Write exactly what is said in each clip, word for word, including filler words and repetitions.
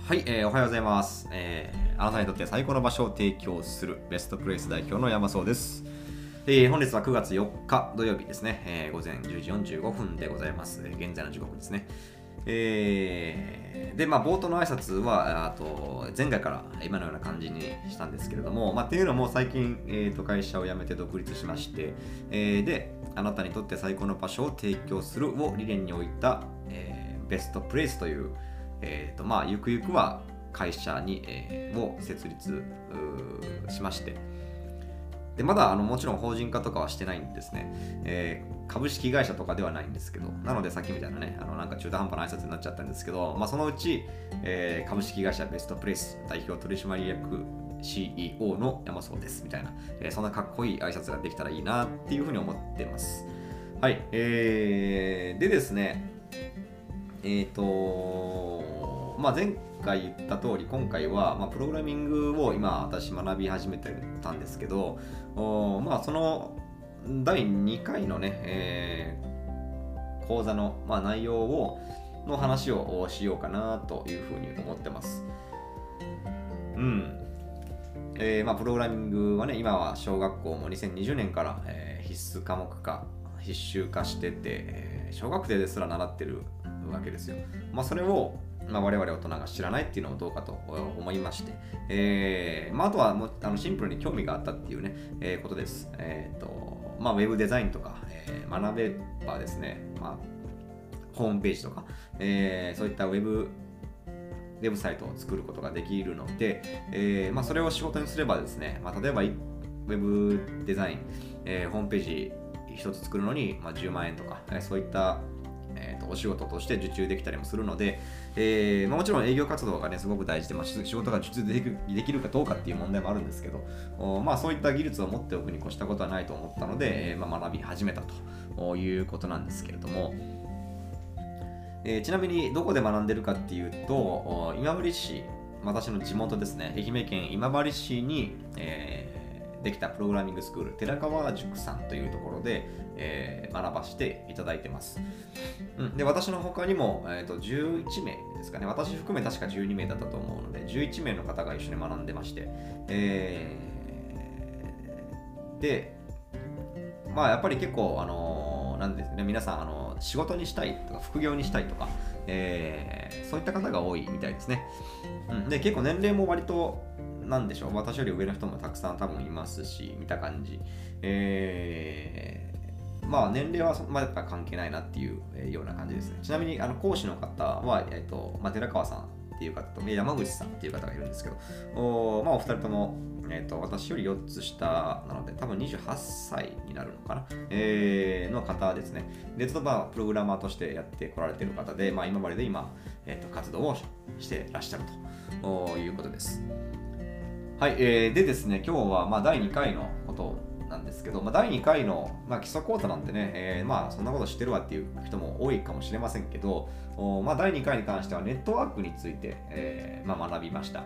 はい、えーおはようございます、えーあなたにとって最高の場所を提供するベストプレイス代表の山荘です。えー本日はくがつよっか土曜日ですね、えー午前じゅうじよんじゅうごふんでございます。えー現在の時刻ですね。えーで、まあ、冒頭の挨拶は、あと前回から今のような感じにしたんですけれども、まあ、っていうのも最近、えーと会社を辞めて独立しまして、えーで、あなたにとって最高の場所を提供するを理念に置いた、えーベストプレイスという、えーとまあ、ゆくゆくは会社に、えーを設立しまして、でまだあのもちろん法人化とかはしてないんですね、えー株式会社とかではないんですけど、なのでさっきみたいなね、あのなんか中途半端な挨拶になっちゃったんですけど、まあ、そのうち、えー株式会社ベストプレイス代表取締役 シーイーオー の山荘ですみたいな、えーそんなかっこいい挨拶ができたらいいなっていうふうに思ってます。はい、えー、でですね、えっ、とまあ、前回言った通り、今回は、まあ、プログラミングを今私学び始めてたんですけど、おまあ、そのだいにかいのね、えー講座の、まあ、内容をの話をしようかなというふうに思ってます。うん。えーまあ、プログラミングはね、今は小学校もにせんにじゅうねんから、えー必須科目化、必修化してて、えー小学生ですら習ってるわけですよ。まあ、それを、まあ、我々大人が知らないっていうのもどうかと思いまして、えーまあ、あとはもうあのシンプルに興味があったっていうね、えーことです。えーとまあ、ウェブデザインとか、えー学べばですね、まあ、ホームページとか、えーそういったウェブウェブサイトを作ることができるので、えーまあ、それを仕事にすればですね、まあ、例えばウェブデザイン、えーホームページ一つ作るのに、まあ、じゅうまんえんとか、えーそういった、えーとお仕事として受注できたりもするので、えーまあ、もちろん営業活動がねすごく大事で、まあ、仕事が受注できる、できるかどうかっていう問題もあるんですけど、おまあ、そういった技術を持っておくに越したことはないと思ったので、えーまあ、学び始めたということなんですけれども、えーちなみにどこで学んでるかっていうと、今治市、私の地元ですね、愛媛県今治市に、えーできたプログラミングスクール、寺川塾さんというところで、えー学ばせていただいてます。うん、で私の他にも、えーとじゅういちめいですかね、私含め確かじゅうにめいだったと思うので、じゅういちめいの方が一緒に学んでまして、えーで、まあやっぱり結構、あのーなんですね、皆さん、あのー仕事にしたいとか、副業にしたいとか、えーそういった方が多いみたいですね。うん、で、結構年齢も割と、なんでしょう、私より上の人もたくさん多分いますし、見た感じ。えーまあ年齢はそまだ関係ないなっていうような感じですね。ちなみにあの講師の方は、えっとまあ、寺川さんっていう方と山口さんっていう方がいるんですけど、お,、まあ、お二人とも、えっと私よりよっつ下なので多分にじゅうはっさいになるのかな、えーの方ですね。で、ずっとまあプログラマーとしてやってこられている方で、まあ、今までで今、えっと活動をしてらっしゃるということです。はい、えー、でですね、今日はまあだいにかいのことなんですけど、まあ、だいにかいの、まあ、基礎講座なんてね、えーまあそんなこと知ってるわっていう人も多いかもしれませんけど、おまあ、だいにかいに関してはネットワークについて、えーまあ、学びました。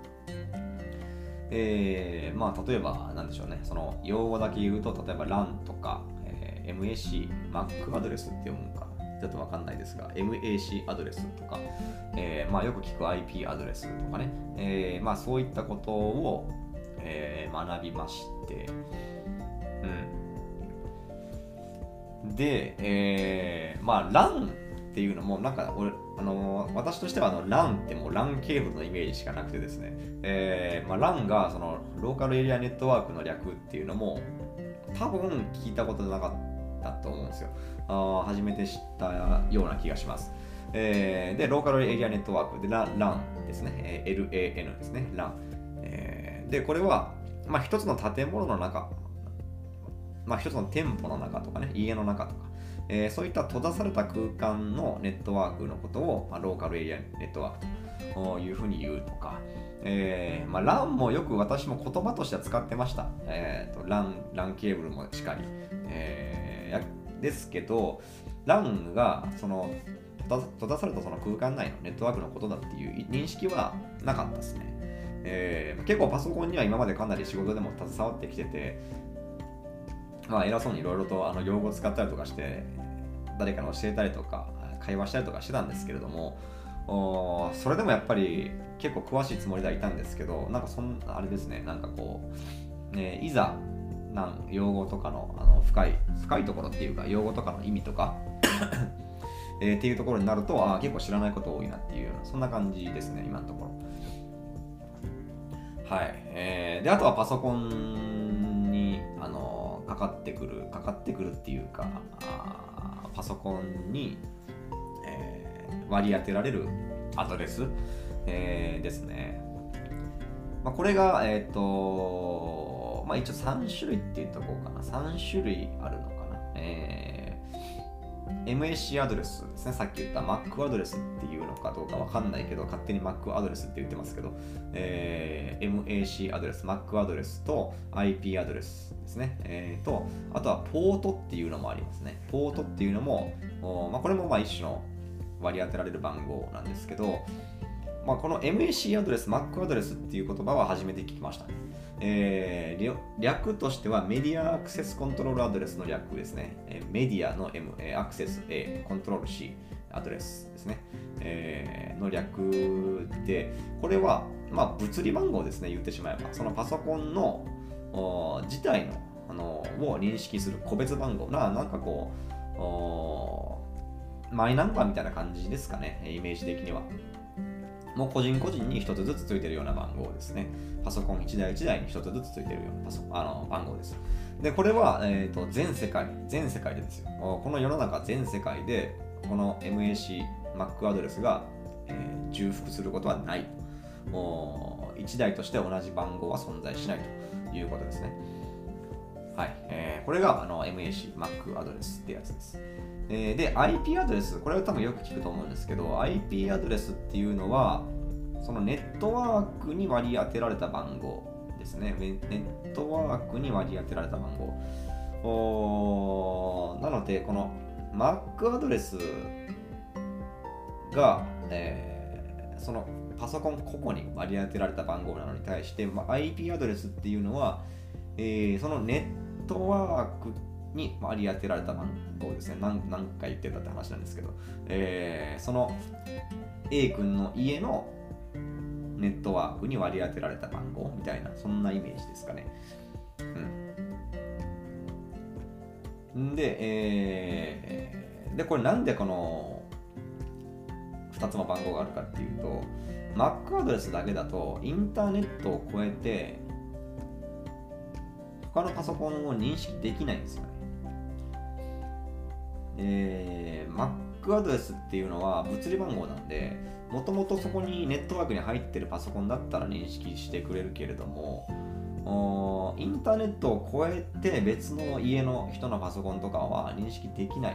えーまあ、例えば、なんでしょうね、その用語だけ言うと、例えば ラン とか、えー エムエーシー、Mac アドレスって読むのかな、ちょっとわかんないですが、エムエーシー アドレスとか、えーまあ、よく聞く アイピー アドレスとかね、えーまあ、そういったことを、えー学びまして、うん、で、えーまあ、ラン っていうのも、なんか俺、あのー私としてはあの ラン ってもう ラン ケーブルのイメージしかなくてですね、えーまあ、ラン がそのローカルエリアネットワークの略っていうのも多分聞いたことなかったと思うんですよ。あ初めて知ったような気がします。えーで、ローカルエリアネットワークで ラン ですね、えー エルエーエヌ ですね、ラン。えーで、これは、まあ、一つの建物の中、まあ、一つの店舗の中とかね、家の中とか、えーそういった閉ざされた空間のネットワークのことを、まあ、ローカルエリアネットワークというふうに言うとか、えーまあ、ラン もよく私も言葉としては使ってました。えーと、ラン、ラン ケーブルもしかり。えーやですけど、ラン がその閉ざ閉ざされたその空間内のネットワークのことだっていう認識はなかったですね。えー結構パソコンには今までかなり仕事でも携わってきてて、まあ、偉そうにいろいろとあの用語を使ったりとかして誰かに教えたりとか会話したりとかしてたんですけれども、 おそれでもやっぱり結構詳しいつもりではいたんですけど、なんかそんあれですね、なんかこう、ね、いざなん用語とかの、あの深い深いところっていうか用語とかの意味とかえーっていうところになると、あ結構知らないこと多いなっていうようなそんな感じですね、今のところ。はい、えー、であとはパソコンにあのかかってくるかかってくるっていうか、あパソコンに、えー割り当てられるアドレス、えーですね。まあ、これが、えっ、と、まあ、一応さん種類って言っとこうかな。さん種類あるのかな。えー、エムエーシー アドレスですね。さっき言った Mac アドレスっていうのかどうかわかんないけど、勝手に Mac アドレスって言ってますけど、えー、エムエーシー アドレス、Mac アドレスと アイピー アドレスですね。えー、と、あとはポートっていうのもありますね。ポートっていうのも、まあ、これもまあ一種の割り当てられる番号なんですけど、まあ、この エムエーシー アドレス、Mac アドレスっていう言葉は初めて聞きましたね。えー、略としてはメディアアクセスコントロールアドレスの略ですね。えー、メディアの M、アクセス A、コントロール C、アドレスですね。えー、の略で、これは、まあ、物理番号ですね、言ってしまえば。そのパソコンの自体の、あのを認識する個別番号な、なんかこう、マイナンバーみたいな感じですかね、イメージ的には。もう個人個人に一つずつついてるような番号ですね。パソコン一台一台に一つずつついてるようなパソあの番号です。で、これは、えーと、全世界、全世界でですよ。この世の中全世界で、この エムエーシー、Mac アドレスが、えー、重複することはないと。一台として同じ番号は存在しないということですね。はい。えー、これがあの エムエーシー、Mac アドレスってやつです。えー、で、アイピー アドレス、これは多分よく聞くと思うんですけど、アイピー アドレスっていうのは、そのネットワークに割り当てられた番号ですね。ネットワークに割り当てられた番号。おなので、この Mac アドレスが、えー、そのパソコン個々に割り当てられた番号なのに対して、まあ、アイピー アドレスっていうのは、えー、そのネットワークに割り当てられた番号ですね。何, 何回言ってたって話なんですけど、えー、その A 君の家のネットワークに割り当てられた番号みたいな、そんなイメージですかね。うん。で、えー、で、これなんでこのふたつの番号があるかっていうと、Mac アドレスだけだとインターネットを超えて他のパソコンを認識できないんですよね。えー、Mac アドレスっていうのは物理番号なんで、もともとそこにネットワークに入ってるパソコンだったら認識してくれるけれども、インターネットを超えて別の家の人のパソコンとかは認識できない、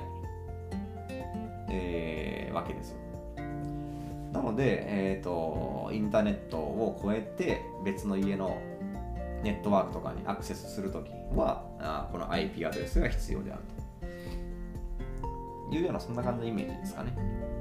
えー、わけですよ。なので、えーと、インターネットを超えて別の家のネットワークとかにアクセスするときは、あこの アイピー アドレスが必要であるというような、そんな感じのイメージですかね。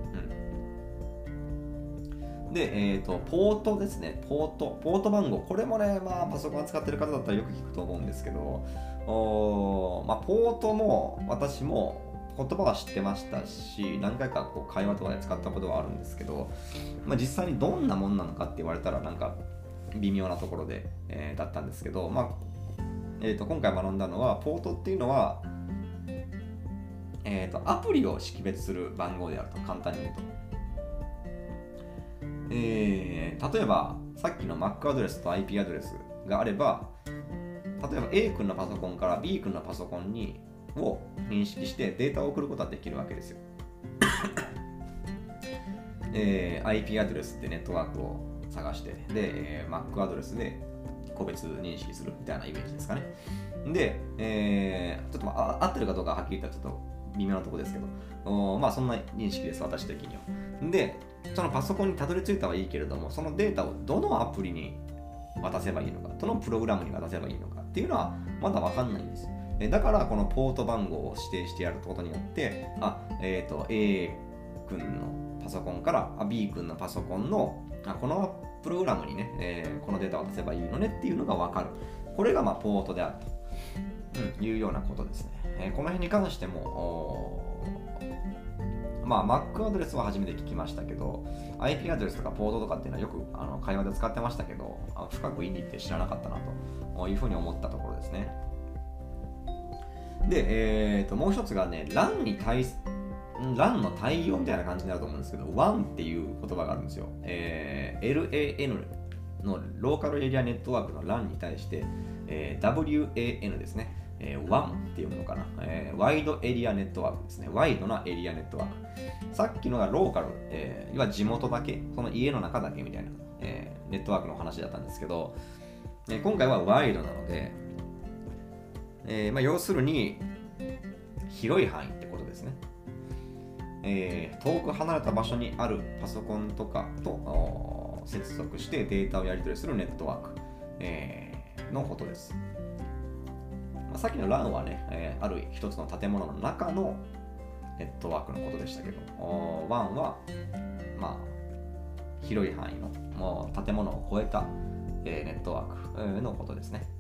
うん、で、えーと、ポートですね。ポート。ポート番号。これもね、まあ、パソコン使ってる方だったらよく聞くと思うんですけど、おまあ、ポートも私も言葉は知ってましたし、何回かこう会話とかで使ったことはあるんですけど、まあ、実際にどんなもんなのかって言われたらなんか微妙なところで、えー、だったんですけど、まあえー、と今回学んだのは、ポートっていうのは、えー、とアプリを識別する番号であると、簡単に言うと。えー、例えばさっきの Mac アドレスと アイピー アドレスがあれば、例えば A 君のパソコンから B 君のパソコンにを認識してデータを送ることはできるわけですよ。えー、アイピー アドレスでネットワークを探して、で、えー、Mac アドレスで個別認識するみたいなイメージですかね。で、えー、ちょっと、まあ、合ってるかどうかはっきり言ったらちょっと微妙なところですけど、まあそんな認識です、私的には。で、そのパソコンにたどり着いたはいいけれども、そのデータをどのアプリに渡せばいいのか、どのプログラムに渡せばいいのかっていうのはまだ分かんないんです。だからこのポート番号を指定してやることによって、あ、えっと、A 君のパソコンからあ B 君のパソコンのあこのプログラムにね、えー、このデータを渡せばいいのねっていうのが分かる。これがまあポートであると、うん、いうようなことですね。えー、この辺に関しても、 まあ Mac アドレスは初めて聞きましたけど、アイピー アドレスとかポートとかっていうのはよくあの会話で使ってましたけど、深く意味って知らなかったなというふうに思ったところですね。で、えー、ともう一つがね、ラン に対 ラン の対応みたいな感じになると思うんですけど、ワン っていう言葉があるんですよ。えー、エルエーエヌ のローカルエリアネットワークの ラン に対して、えー、ダブリューエーエヌ ですね。えー、ワン っていうのかな、えー、ワイドエリアネットワークですね。ワイドなエリアネットワーク。さっきのがローカル、えー、いわゆる地元だけ、その家の中だけみたいな、えー、ネットワークの話だったんですけど、えー、今回はワイドなので、えーまあ、要するに広い範囲ってことですね。えー、遠く離れた場所にあるパソコンとかと接続してデータをやり取りするネットワーク、えー、のことです。まあ、さっきの ラン はね、えー、ある一つの建物の中のネットワークのことでしたけど、ワン は、まあ、広い範囲のもう建物を超えた、えー、ネットワークのことですね。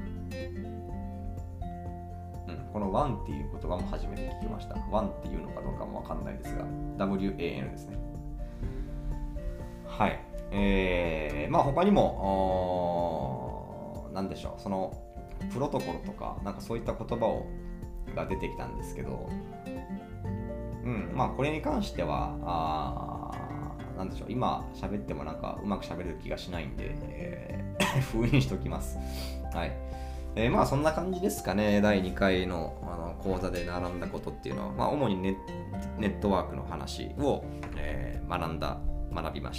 うん、この ワン っていう言葉も初めて聞きました。ワン っていうのかどうかもわかんないですが、ダブリューエーエヌ ですね。はい。えー、まあ他にも、なんでしょう、そのプロトコルとか、なんかそういった言葉をが出てきたんですけど、うん、まあこれに関しては、あなんでしょう、今喋ってもなんかうまく喋れる気がしないんで、えー、封印しておきます。はい。えー、まあそんな感じですかね。だいにかい の, あの講座で学んだことっていうのは、まあ、主に ネ, ネットワークの話を、えー、学んだ学びました。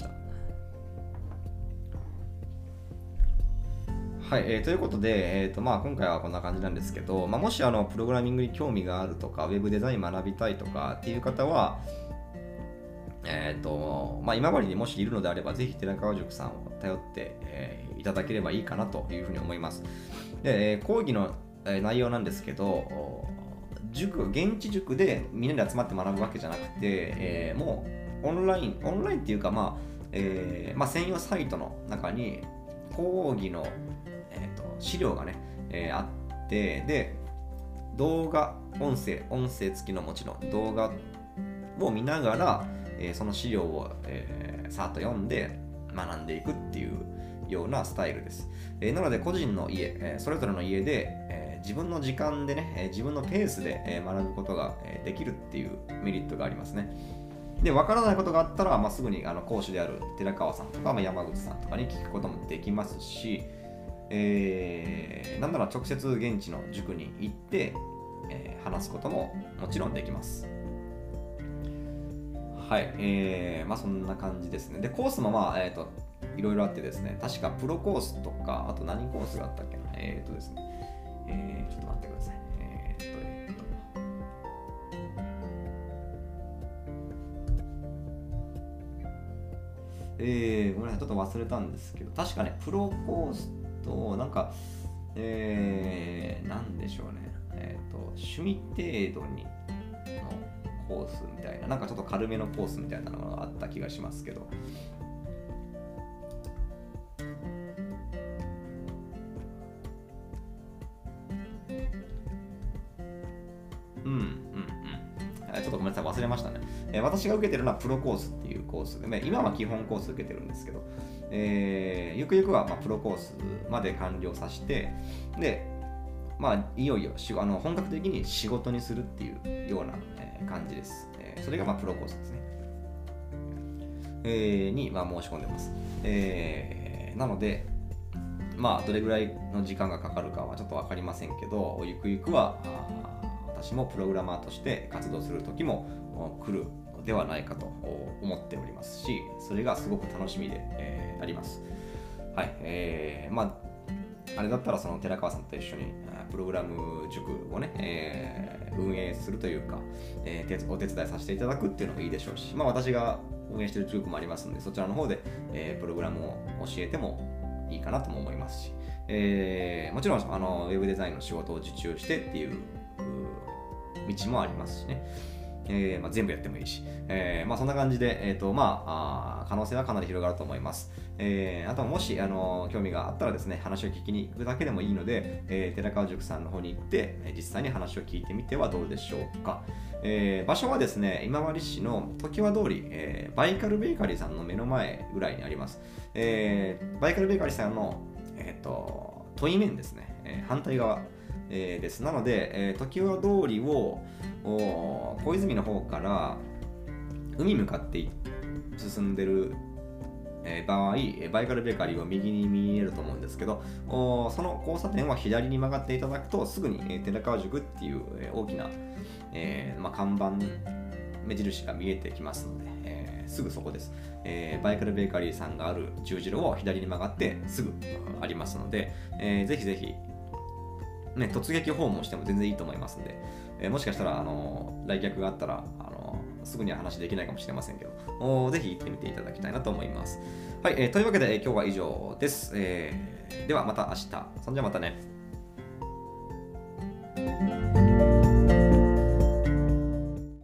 はい、えー、ということで、えーとまあ、今回はこんな感じなんですけど、まあ、もしあのプログラミングに興味があるとか、ウェブデザイン学びたいとかっていう方は、えーとまあ、今治にもしいるのであれば、ぜひ寺川塾さんを頼って、えー、いただければいいかなというふうに思います。で、講義の内容なんですけど、塾、現地塾でみんなで集まって学ぶわけじゃなくて、えー、もうオンライン、オンラインっていうか、まあえーまあ、専用サイトの中に講義の、えー、と資料がね、えー、あって、で、動画、音声、音声付きのもちろん動画を見ながら、えー、その資料を、えー、さーっと読んで学んでいくっていうようなスタイルです。えー、なので個人の家、えー、それぞれの家で、えー、自分の時間でね、えー、自分のペースで、えー、学ぶことが、えー、できるっていうメリットがありますね。で、わからないことがあったら、まあ、すぐにあの講師である寺川さんとか、まあ、山口さんとかに聞くこともできますし、えー、なんなら直接現地の塾に行って、えー、話すことももちろんできます。はい、えー、まあそんな感じですね。で、コースもまあ、えっと、いろいろあってですね、確かプロコースとか、あと何コースがあったっけな、えっとですね、えー、ちょっと待ってください。えー、っと、えー、っと、えー、ごめんなさい、ちょっと忘れたんですけど、確かね、プロコースと、なんか、えー、なんでしょうね、えー、っと、趣味程度にのコースみたいな、なんかちょっと軽めのコースみたいなのがあった気がしますけど、うんうんうんちょっとごめんなさい、忘れましたね。えー、私が受けてるのはプロコースっていうコースで、ね、今は基本コース受けてるんですけど、えー、ゆくゆくはまあプロコースまで完了させて、で、まあ、いよいよしあの本格的に仕事にするっていうような、えー、感じです。えー、それがまあプロコースですね。えー、に、まあ、申し込んでます。えー、なので、まあ、どれぐらいの時間がかかるかはちょっと分かりませんけど、ゆくゆくは私もプログラマーとして活動する時も来るのではないかと思っておりますし、それがすごく楽しみで、えー、あります。はい、えー、まああれだったらその寺川さんと一緒にプログラム塾をね、えー、運営するというか、えー、お手伝いさせていただくっていうのもいいでしょうし、まあ私が運営している塾もありますので、そちらの方で、えー、プログラムを教えてもいいかなとも思いますし、えー、もちろんあのウェブデザインの仕事を受注してっていう道もありますしね。 えーまあ、全部やってもいいし、えーまあ、そんな感じで、えーとまあ、あ可能性はかなり広がると思います。えー、あともしあの興味があったらですね、話を聞きに行くだけでもいいので、えー、寺川塾さんの方に行って実際に話を聞いてみてはどうでしょうか。えー、場所はですね、今治市の常盤通り、えー、バイカルベーカリーさんの目の前ぐらいにあります。えー、バイカルベーカリーさんの、えーと、問い面ですね、えー、反対側、えー、です。なので、えー、常盤通りを小泉の方から海向かって進んでる場合、バイカルベーカリーを右に見えると思うんですけど、その交差点は左に曲がっていただくとすぐに寺川塾っていう大きな、えーまあ、看板目印が見えてきますので、えー、すぐそこです、えー。バイカルベーカリーさんがある十字路を左に曲がってすぐありますので、えー、ぜひぜひ、ね、突撃訪問しても全然いいと思いますので、えー、もしかしたらあの来客があったらあのすぐには話できないかもしれませんけど、ぜひ行ってみていただきたいなと思います。はい、えー、というわけで、えー、今日は以上です。えー、ではまた明日。そんじゃまたね。